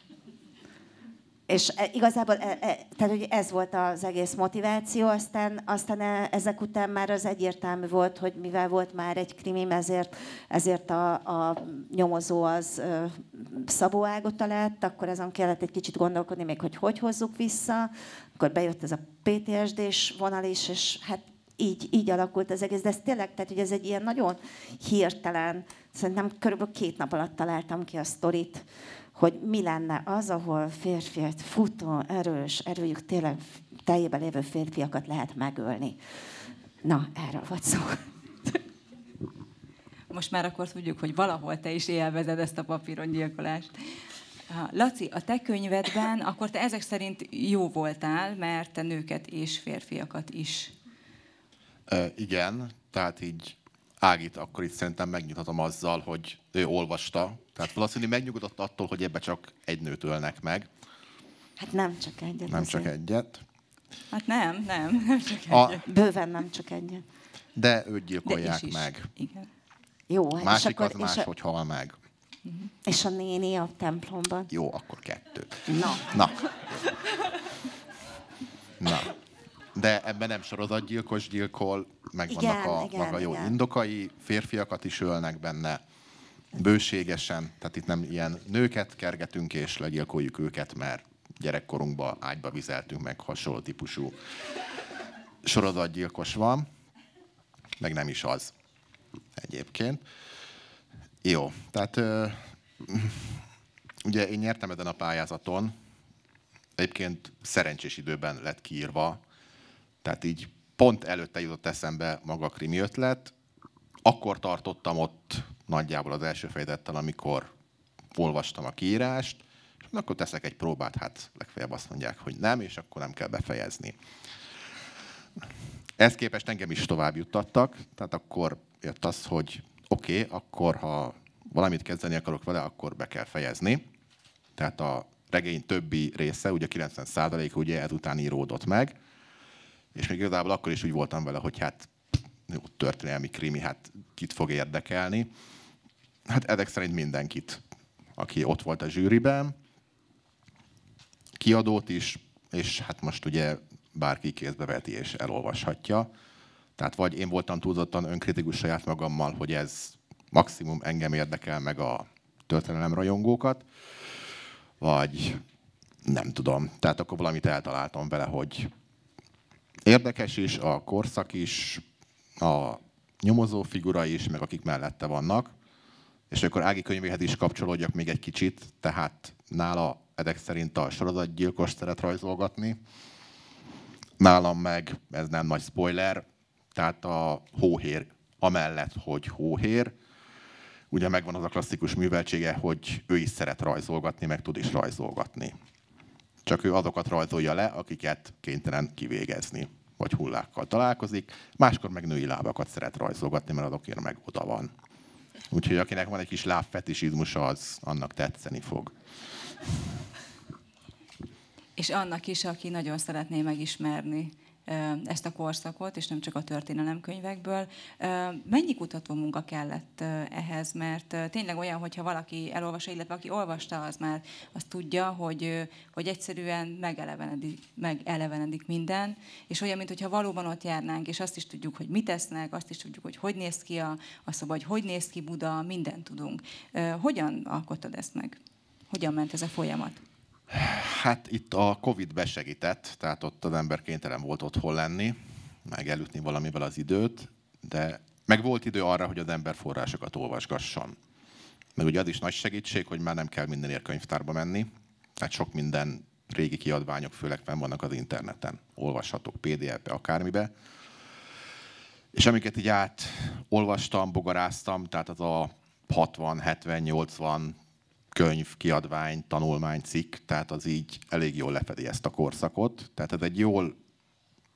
És igazából e, e, tehát, hogy ez volt az egész motiváció, aztán, aztán ezek után már az egyértelmű volt, hogy mivel volt már egy krimim, ezért, ezért a, a nyomozó az ö, Szabó Ágot talált, akkor azon kellett egy kicsit gondolkodni még, hogy hogy hozzuk vissza, akkor bejött ez a pé té es dés vonal is, és hát így, így alakult az egész, de ez tényleg, tehát hogy ez egy ilyen nagyon hirtelen, szerintem körülbelül két nap alatt találtam ki a sztorit, hogy mi lenne az, ahol férfiak, futó, erős, erőjük tényleg teljében lévő férfiakat lehet megölni. Na, erről volt szó. Most már akkor tudjuk, hogy valahol te is élvezed ezt a papírongyilkolást. Laci, a te könyvedben akkor te ezek szerint jó voltál, mert te nőket és férfiakat is. Uh, igen, tehát így Ágit akkor itt szerintem megnyugtatom azzal, hogy ő olvasta. Tehát valószínűleg megnyugodott attól, hogy ebbe csak egy nőt ölnek meg. Hát nem csak egyet. Nem csak egyet. Hát nem, nem, nem csak egyet. A, Bőven nem csak egyet. de őt gyilkolják De is meg. Is. Igen. Jó, A és másik akkor, az máshogy és hal meg. a, és a néni a templomban. Jó, akkor kettő. Na. Na. Na. De ebben nem sorozatgyilkos gyilkol, meg Igen, vannak a igen, maga jó igen. indokai, férfiakat is ölnek benne, bőségesen, tehát itt nem ilyen nőket kergetünk és legyilkoljuk őket, mert gyerekkorunkban ágyba vizeltünk, meg hasonló típusú sorozatgyilkos van, meg nem is az egyébként. Jó, tehát ö, ugye én nyertem ezen a pályázaton, egyébként szerencsés időben lett kiírva, tehát így pont előtte jutott eszembe maga a krimi ötlet. Akkor tartottam ott nagyjából az első fejezettel, amikor olvastam a kiírást, és akkor teszek egy próbát, hát legfeljebb azt mondják, hogy nem, és akkor nem kell befejezni. Ezt képest engem is tovább juttattak, tehát akkor jött az, hogy oké, okay, akkor ha valamit kezdeni akarok vele, akkor be kell fejezni. Tehát a regény többi része, ugye kilencven százalék ugye ezután íródott meg, és még igazából akkor is úgy voltam vele, hogy hát jó, történelmi krimi, hát kit fog érdekelni. Hát ezek szerint mindenkit, aki ott volt a zsűriben, kiadót is, és hát most ugye bárki kézbe veti és elolvashatja. Tehát vagy én voltam túlzottan önkritikus saját magammal, hogy ez maximum engem érdekel, meg a történelemrajongókat, vagy nem tudom. Tehát akkor valamit eltaláltam vele, hogy érdekes is, a korszak is, a nyomozó figura is, meg akik mellette vannak. És akkor Ági könyvéhez is kapcsolódjak még egy kicsit, tehát nála ezek szerint a sorozatgyilkos szeret rajzolgatni. Nálam meg, ez nem nagy spoiler, tehát a hóhér, amellett, hogy hóhér, ugye megvan az a klasszikus műveltsége, hogy ő is szeret rajzolgatni, meg tud is rajzolgatni. Csak ő azokat rajzolja le, akiket kénytelen kivégezni, vagy hullákkal találkozik. Máskor meg női lábakat szeret rajzolgatni, mert azokért meg oda van. Úgyhogy akinek van egy kis lábfetisizmusa, az annak tetszeni fog. És annak is, aki nagyon szeretné megismerni ezt a korszakot, és nem csak a történelemkönyvekből. Mennyi kutató munka kellett ehhez? Mert tényleg olyan, hogyha valaki elolvassa, illetve aki olvasta, az már azt tudja, hogy, hogy egyszerűen megelevenedik, megelevenedik minden, és olyan, mintha valóban ott járnánk, és azt is tudjuk, hogy mit esznek, azt is tudjuk, hogy hogy néz ki a, a szoba, hogy hogy néz ki Buda, mindent tudunk. Hogyan alkottad ezt meg? Hogyan ment ez a folyamat? Hát itt a Covid besegített, tehát ott az ember kénytelen volt otthon lenni, meg elütni valamivel az időt, de meg volt idő arra, hogy az ember forrásokat olvasgasson. Meg ugye az is nagy segítség, hogy már nem kell mindenért könyvtárba menni, tehát sok minden régi kiadványok főleg fenn vannak az interneten, olvashatók pé dé ef-be, akármibe. És amiket így átolvastam, bogaráztam, tehát az a hatvan, hetven, nyolcvan könyv, kiadvány, tanulmány, cikk, tehát az így elég jól lefedi ezt a korszakot. Tehát ez egy jól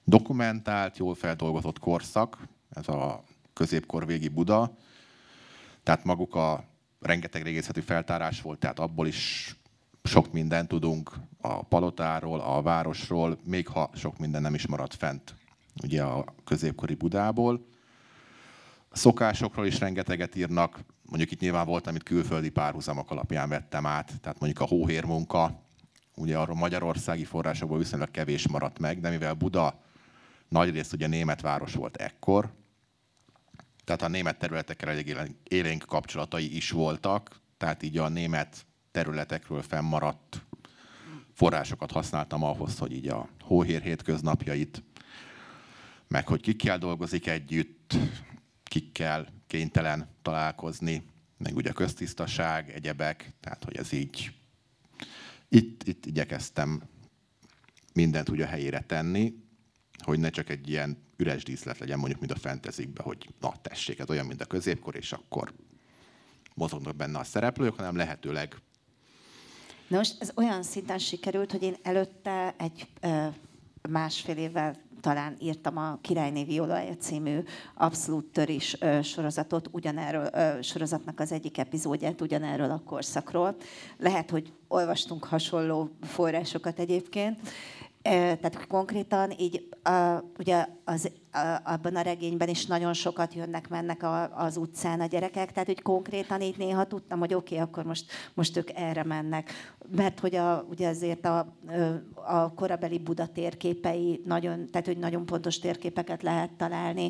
dokumentált, jól feldolgozott korszak, ez a középkor végi Buda. Tehát maguk a rengeteg régészeti feltárás volt, tehát abból is sok mindent tudunk a palotáról, a városról, még ha sok minden nem is maradt fent ugye a középkori Budából. A szokásokról is rengeteget írnak, mondjuk itt nyilván volt, amit külföldi párhuzamok alapján vettem át, tehát mondjuk a hóhérmunka, ugye arról magyarországi forrásokból viszonylag kevés maradt meg, de mivel Buda nagyrészt ugye német város volt ekkor, tehát a német területekkel elég élénk kapcsolatai is voltak, tehát így a német területekről fennmaradt forrásokat használtam ahhoz, hogy így a hóhér hétköznapjait, meg hogy kikkel dolgozik együtt, kikkel kénytelen találkozni, meg ugye a köztisztaság, egyebek, tehát hogy ez így, itt, itt igyekeztem mindent ugye a helyére tenni, hogy ne csak egy ilyen üres díszlet legyen, mondjuk, mint a fantasyekben, hogy na tessék, ez olyan, mint a középkor, és akkor mozognak benne a szereplők, hanem lehetőleg. Na most ez olyan szinten sikerült, hogy én előtte egy ö, másfél évvel talán írtam a Királyné Violája című abszolút törés ö, sorozatot, ugyanerről ö, sorozatnak az egyik epizódját, ugyanerről a korszakról. Lehet, hogy olvastunk hasonló forrásokat egyébként. Tehát konkrétan így uh, ugye az, uh, abban a regényben is nagyon sokat jönnek-mennek a, az utcán a gyerekek, tehát hogy konkrétan így néha tudtam, hogy oké, okay, akkor most, most ők erre mennek. Mert hogy a, ugye azért a, a korabeli Buda térképei, nagyon, tehát hogy nagyon pontos térképeket lehet találni.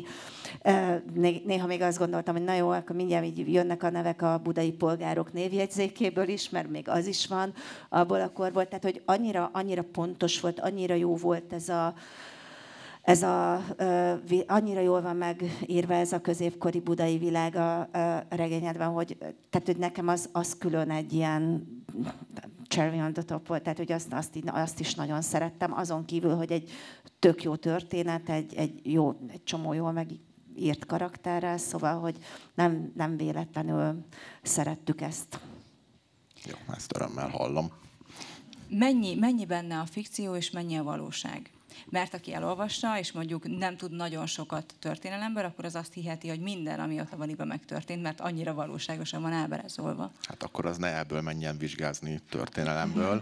Néha még azt gondoltam, hogy na jó, akkor mindjárt így jönnek a nevek a budai polgárok névjegyzékéből is, mert még az is van abból a korból. Tehát hogy annyira, annyira pontos volt, annyira jó volt ez a Ez a, uh, annyira jól van megírva ez a középkori budai világ a, a regényedben, hogy, tehát, hogy nekem az, az külön egy ilyen cherry on the top volt, tehát hogy azt, azt, azt is nagyon szerettem, azon kívül, hogy egy tök jó történet, egy, egy, jó, egy csomó jól megírt karakterrel, szóval, hogy nem, nem véletlenül szerettük ezt. Jó, ezt örömmel hallom. Mennyi, mennyi benne a fikció, és mennyi a valóság? Mert aki elolvassa, és mondjuk nem tud nagyon sokat történelemből, akkor az azt hiheti, hogy minden, ami ott a Vaniban megtörtént, mert annyira valóságosan van ábrázolva. Hát akkor az ne ebből menjen vizsgázni történelemből,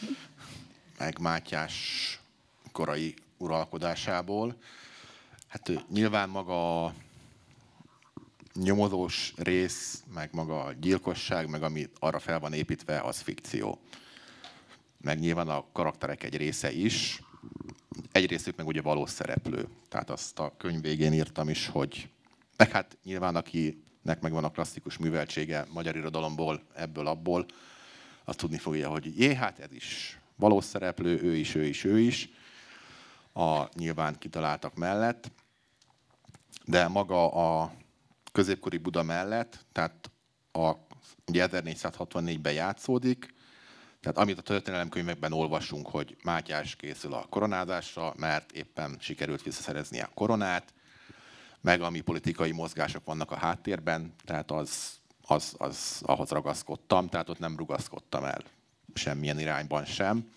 meg Mátyás korai uralkodásából. Hát nyilván maga a nyomozós rész, meg maga a gyilkosság, meg ami arra fel van építve, az fikció. Meg nyilván a karakterek egy része is, egy részük meg ugye valós szereplő. Tehát azt a könyv végén írtam is, hogy meg hát nyilván akinek megvan a klasszikus műveltsége magyar irodalomból, ebből, abból, azt tudni fogja, hogy jé, hát ez is valós szereplő, ő is, ő is, ő is, a nyilván kitaláltak mellett. De maga a középkori Buda mellett, tehát a, ugye ezernégyszázhatvannégyben játszódik, tehát amit a történelemkönyvekben olvasunk, hogy Mátyás készül a koronázásra, mert éppen sikerült visszaszerezni a koronát, meg ami politikai mozgások vannak a háttérben, tehát az, az, az ahhoz ragaszkodtam, tehát ott nem rugaszkodtam el semmilyen irányban sem.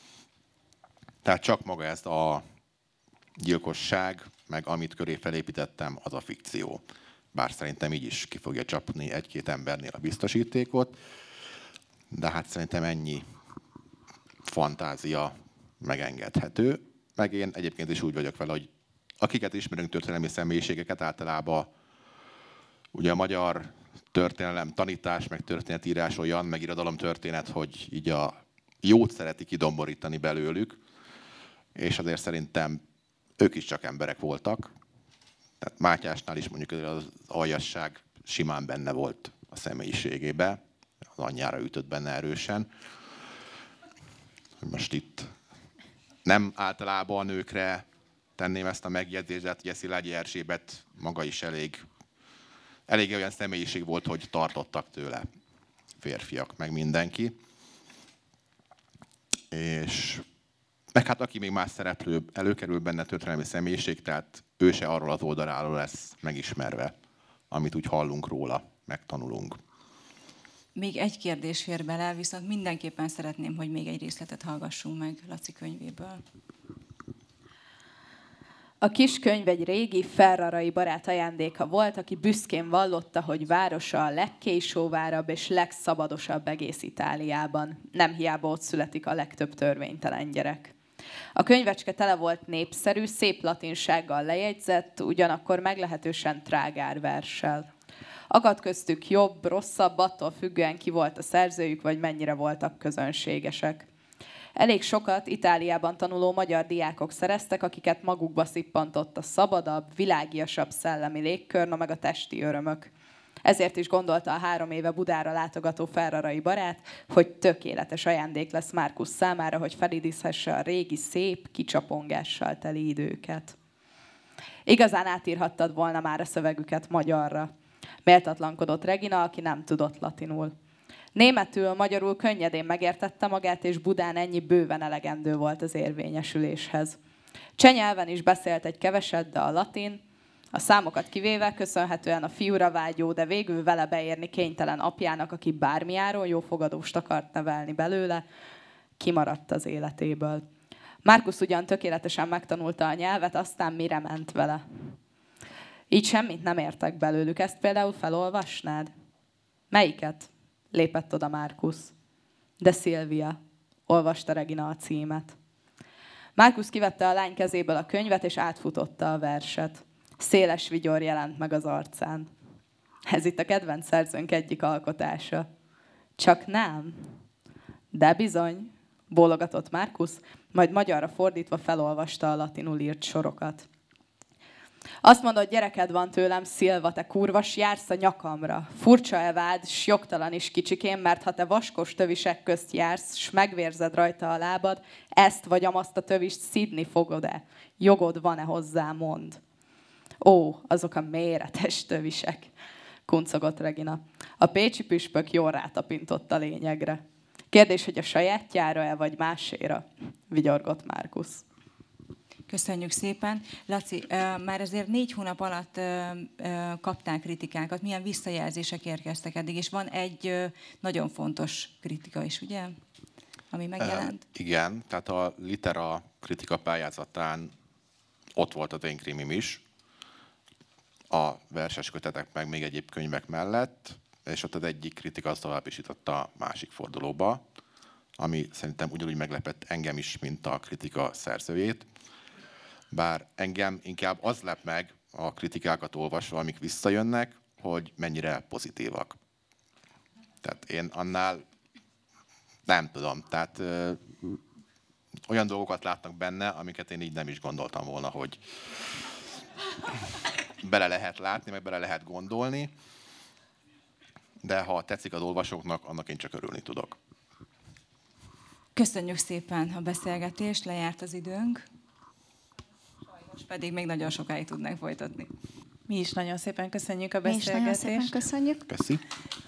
Tehát csak maga ez a gyilkosság, meg amit köré felépítettem, az a fikció. Bár szerintem így is ki fogja csapni egy-két embernél a biztosítékot. De hát szerintem ennyi fantázia megengedhető. Meg én egyébként is úgy vagyok vele, hogy akiket ismerünk történelmi személyiségeket, általában ugye a magyar történelem tanítás, meg történetírás olyan, meg irodalomtörténet, hogy így a jót szereti kidomborítani belőlük, és azért szerintem ők is csak emberek voltak. Tehát Mátyásnál is mondjuk az aljasság simán benne volt a személyiségébe, az anyjára ütött benne erősen. Most itt nem általában a nőkre tenném ezt a megjegyzést, de ugye Szilágyi Erzsébet maga is elég, elég olyan személyiség volt, hogy tartottak tőle férfiak, meg mindenki. És meg hát aki még más szereplő előkerül benne történelmi személyiség, tehát ő se arról az oldaláról lesz megismerve, amit úgy hallunk róla, megtanulunk. Még egy kérdés fér bele, viszont mindenképpen szeretném, hogy még egy részletet hallgassunk meg Laci könyvéből. A kis könyv egy régi ferrarai barát ajándéka volt, aki büszkén vallotta, hogy városa a legkésóvárabb és legszabadosabb egész Itáliában. Nem hiába ott születik a legtöbb törvénytelen gyerek. A könyvecske tele volt népszerű, szép latinsággal lejegyzett, ugyanakkor meglehetősen trágár verssel. Akadt köztük jobb, rosszabb, attól függően ki volt a szerzőjük, vagy mennyire voltak közönségesek. Elég sokat Itáliában tanuló magyar diákok szereztek, akiket magukba szippantott a szabadabb, világiasabb szellemi légkör, no meg a testi örömök. Ezért is gondolta a három éve Budára látogató ferrarai barát, hogy tökéletes ajándék lesz Márkusz számára, hogy felidézhesse a régi szép, kicsapongással teli időket. Igazán átírhattad volna már a szövegüket magyarra. Méltatlankodott Regina, aki nem tudott latinul. Németül, magyarul könnyedén megértette magát, és Budán ennyi bőven elegendő volt az érvényesüléshez. Cseh nyelven is beszélt egy keveset, de a latin, a számokat kivéve, köszönhetően a fiúra vágyó, de végül vele beérni kénytelen apjának, aki bármiáról jófogadóst akart nevelni belőle, kimaradt az életéből. Márkusz ugyan tökéletesen megtanulta a nyelvet, aztán mire ment vele. Így semmit nem értek belőlük. Ezt például felolvasnád? Melyiket? Lépett oda Márkusz. De Szilvia, olvasta Regina a címet. Márkusz kivette a lány kezéből a könyvet, és átfutotta a verset. Széles vigyor jelent meg az arcán. Ez itt a kedvenc szerzőnk egyik alkotása. Csak nem. De bizony, bólogatott Márkusz, majd magyarra fordítva felolvasta a latinul írt sorokat. Azt mondod, gyereked van tőlem, Szilva, te kurvas, jársz a nyakamra. Furcsa-e vád, s jogtalan is kicsikém, mert ha te vaskos tövisek közt jársz, s megvérzed rajta a lábad, ezt vagy amazt a tövist szidni fogod-e? Jogod van-e hozzá, mond. Ó, azok a méretes tövisek, kuncogott Regina. A pécsi püspök jól rátapintott a lényegre. Kérdés, hogy a sajátjára-e, vagy máséra? Vigyorgott Márkusz. Köszönjük szépen. Laci, már azért négy hónap alatt kaptál kritikákat. Milyen visszajelzések érkeztek eddig? És van egy nagyon fontos kritika is, ugye? Ami megjelent. E, igen, tehát a Litera kritika pályázatán ott volt az én krimim is, a verses kötetek meg még egyéb könyvek mellett, és ott az egyik kritika az tovább is jutott a másik fordulóba, ami szerintem ugyanúgy meglepett engem is, mint a kritika szerzőjét. Bár engem inkább az lep meg a kritikákat olvasva, amik visszajönnek, hogy mennyire pozitívak. Tehát én annál nem tudom, tehát ö, olyan dolgokat látnak benne, amiket én így nem is gondoltam volna, hogy bele lehet látni, meg bele lehet gondolni, de ha tetszik az olvasóknak, annak én csak örülni tudok. Köszönjük szépen a beszélgetést, lejárt az időnk. Sajnos pedig még nagyon sokáig tudnánk folytatni. Mi is nagyon szépen köszönjük a Mi is nagyon beszélgetést. szépen köszönjük. Köszi.